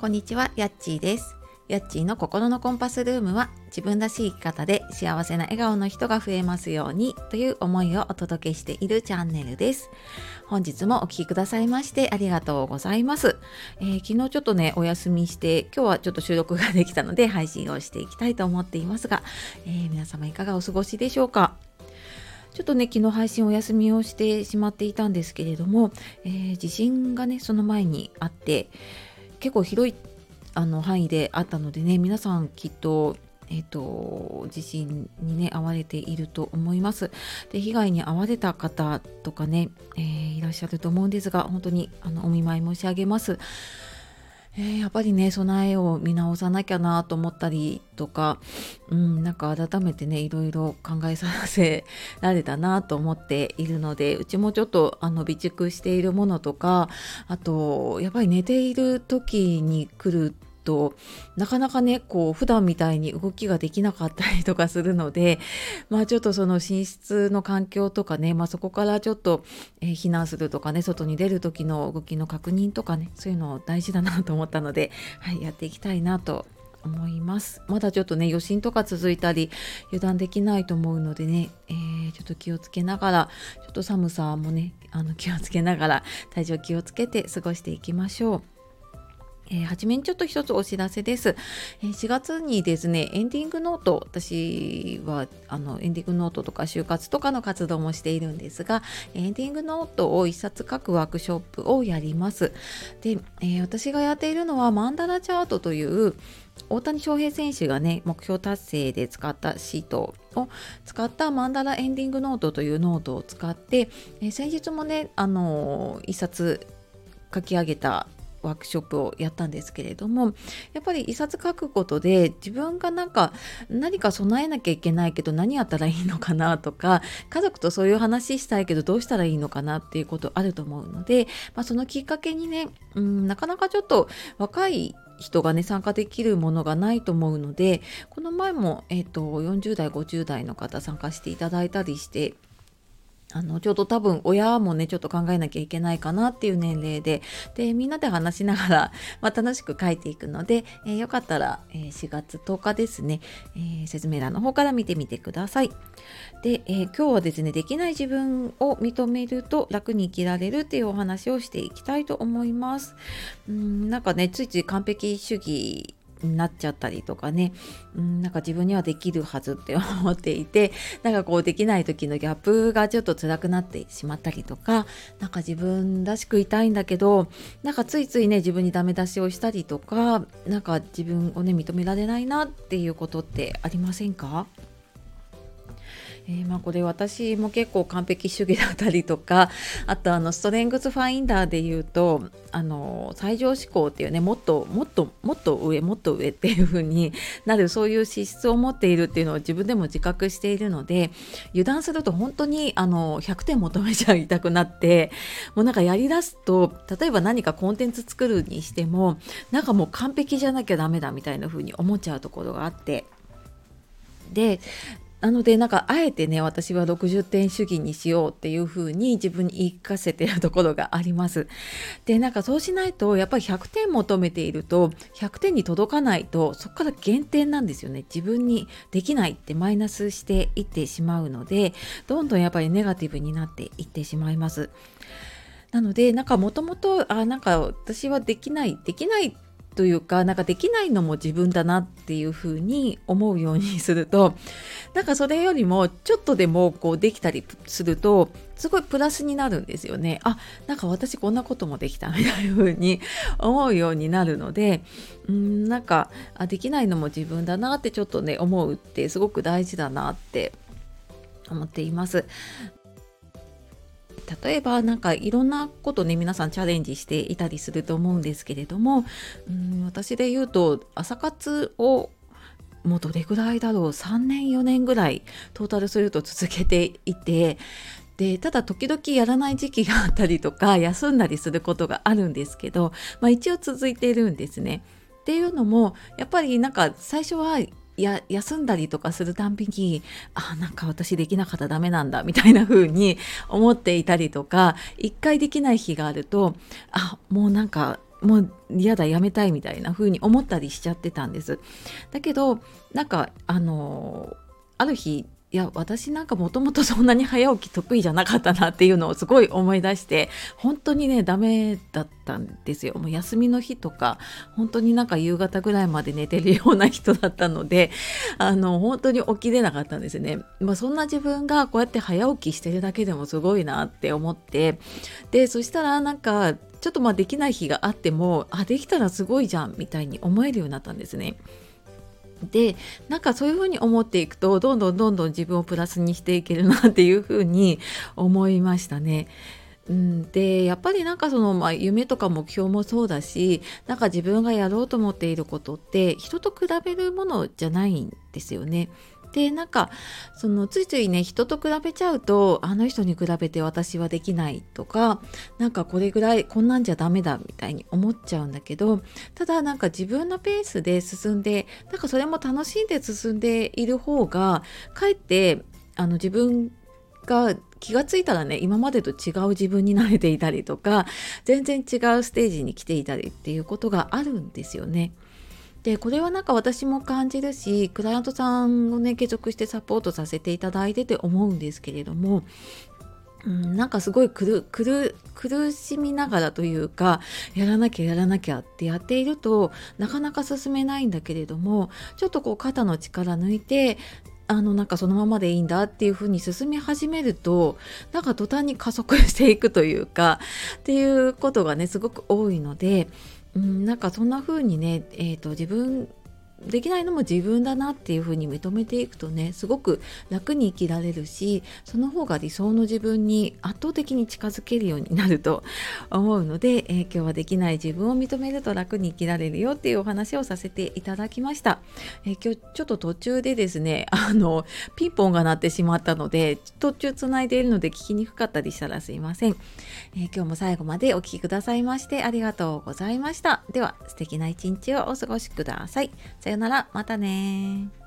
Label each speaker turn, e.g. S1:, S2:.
S1: こんにちは、やっちーです。やっちーの心のコンパスルームは、自分らしい生き方で幸せな笑顔の人が増えますようにという思いをお届けしているチャンネルです。本日もお聞きくださいましてありがとうございます。昨日ちょっとねお休みして、今日はちょっと収録ができたので配信をしていきたいと思っていますが、皆様いかがお過ごしでしょうか。ちょっとね昨日配信お休みをしてしまっていたんですけれども、地震がねその前にあって、結構広い範囲であったのでね、皆さんきっと地震にね遭われていると思います。で、被害に遭われた方とかね、いらっしゃると思うんですが、本当にお見舞い申し上げます。やっぱりね備えを見直さなきゃなと思ったりとか、なんか改めてねいろいろ考えさせられたなと思っているので、うちもちょっと備蓄しているものとか、あとやっぱり寝ている時に来るとなかなかねこう普段みたいに動きができなかったりとかするので、ちょっとその寝室の環境とかね、そこからちょっと、避難するとかね、外に出る時の動きの確認とかね、そういうの大事だなと思ったので、やっていきたいなと思います。まだちょっとね余震とか続いたり油断できないと思うのでね、ちょっと気をつけながら、ちょっと寒さもね気をつけながら、体調気をつけて過ごしていきましょう。はじめにちょっと一つお知らせです。4月にですね、エンディングノート、私はエンディングノートとか就活とかの活動もしているんですが、エンディングノートを一冊書くワークショップをやります。で、私がやっているのはマンダラチャートという大谷翔平選手がね目標達成で使ったシートを使ったマンダラエンディングノートというノートを使って、先日もね一冊書き上げたワークショップをやったんですけれども、やっぱり一冊書くことで自分が何か備えなきゃいけないけど何やったらいいのかなとか、家族とそういう話したいけどどうしたらいいのかなっていうことあると思うので、そのきっかけにね、なかなかちょっと若い人がね参加できるものがないと思うので、この前も、40代50代の方参加していただいたりして、ちょうど多分親もねちょっと考えなきゃいけないかなっていう年齢で、みんなで話しながら、楽しく書いていくので、よかったら、4月10日ですね、説明欄の方から見てみてください。で、今日はですね、できない自分を認めると楽に生きられるっていうお話をしていきたいと思います。ついつい完璧主義になっちゃったりとかね、自分にはできるはずって思っていて、できない時のギャップがちょっと辛くなってしまったりとか、自分らしくいたいんだけどついついね自分にダメ出しをしたりとか、自分をね認められないなっていうことってありませんか？これ私も結構完璧主義だったりとか、あとストレングスファインダーで言うと最上志向っていうね、もっと上っていう風になる、そういう資質を持っているっていうのを自分でも自覚しているので、油断すると本当に100点求めちゃいたくなって、もうやりだすと、例えば何かコンテンツ作るにしてももう完璧じゃなきゃダメだみたいな風に思っちゃうところがあって、でなのであえてね私は60点主義にしようっていう風に自分に言い聞かせているところがあります。でそうしないと、やっぱり100点求めていると100点に届かないと、そこから減点なんですよね。自分にできないってマイナスしていってしまうので、どんどんやっぱりネガティブになっていってしまいます。なのでもともと私はできないというか、できないのも自分だなっていう風に思うようにすると、それよりもちょっとでもできたりするとすごいプラスになるんですよね。私こんなこともできたみたいな風に思うようになるので、できないのも自分だなってちょっとね思うってすごく大事だなって思っています。例えばいろんなことね皆さんチャレンジしていたりすると思うんですけれども、私で言うと朝活をもうどれぐらいだろう、3年4年ぐらいトータルすると続けていて、でただ時々やらない時期があったりとか休んだりすることがあるんですけど、一応続いているんですね。っていうのもやっぱり最初は休んだりとかするたんびに、私できなかったらダメなんだみたいな風に思っていたりとか、一回できない日があるともうもう嫌だ、やめたいみたいな風に思ったりしちゃってたんです。だけどなんかある日、いや私なんかもともとそんなに早起き得意じゃなかったなっていうのをすごい思い出して、本当にねダメだったんですよ。もう休みの日とか本当になんか夕方ぐらいまで寝てるような人だったので、本当に起きれなかったんですね。そんな自分がこうやって早起きしてるだけでもすごいなって思って、でそしたらなんかちょっとできない日があっても、できたらすごいじゃんみたいに思えるようになったんですね。でなんかそういうふうに思っていくと、どんどんどんどん自分をプラスにしていけるなっていうふうに思いましたね。でやっぱりなんか夢とか目標もそうだし、なんか自分がやろうと思っていることって人と比べるものじゃないんですよね。でなんかついついね、人と比べちゃうと、あの人に比べて私はできないとか、なんかこれぐらいこんなんじゃダメだみたいに思っちゃうんだけど、ただなんか自分のペースで進んで、なんかそれも楽しんで進んでいる方が、かえって自分が気がついたらね、今までと違う自分になれていたりとか、全然違うステージに来ていたりっていうことがあるんですよね。でこれはなんか私も感じるし、クライアントさんをね継続してサポートさせていただいてて思うんですけれども、なんかすごい苦しみながらというか、やらなきゃやらなきゃってやっているとなかなか進めないんだけれども、ちょっとこう肩の力抜いて、なんかそのままでいいんだっていう風に進み始めると、なんか途端に加速していくというかっていうことがねすごく多いので、なんかそんな風にね、自分できないのも自分だなっていう風に認めていくとね、すごく楽に生きられるし、その方が理想の自分に圧倒的に近づけるようになると思うので、今日はできない自分を認めると楽に生きられるよっていうお話をさせていただきました。今日ちょっと途中でですね、ピンポンが鳴ってしまったので、途中つないでいるので聞きにくかったりしたらすいません。今日も最後までお聞きくださいましてありがとうございました。では素敵な一日をお過ごしください。さよなら、またね。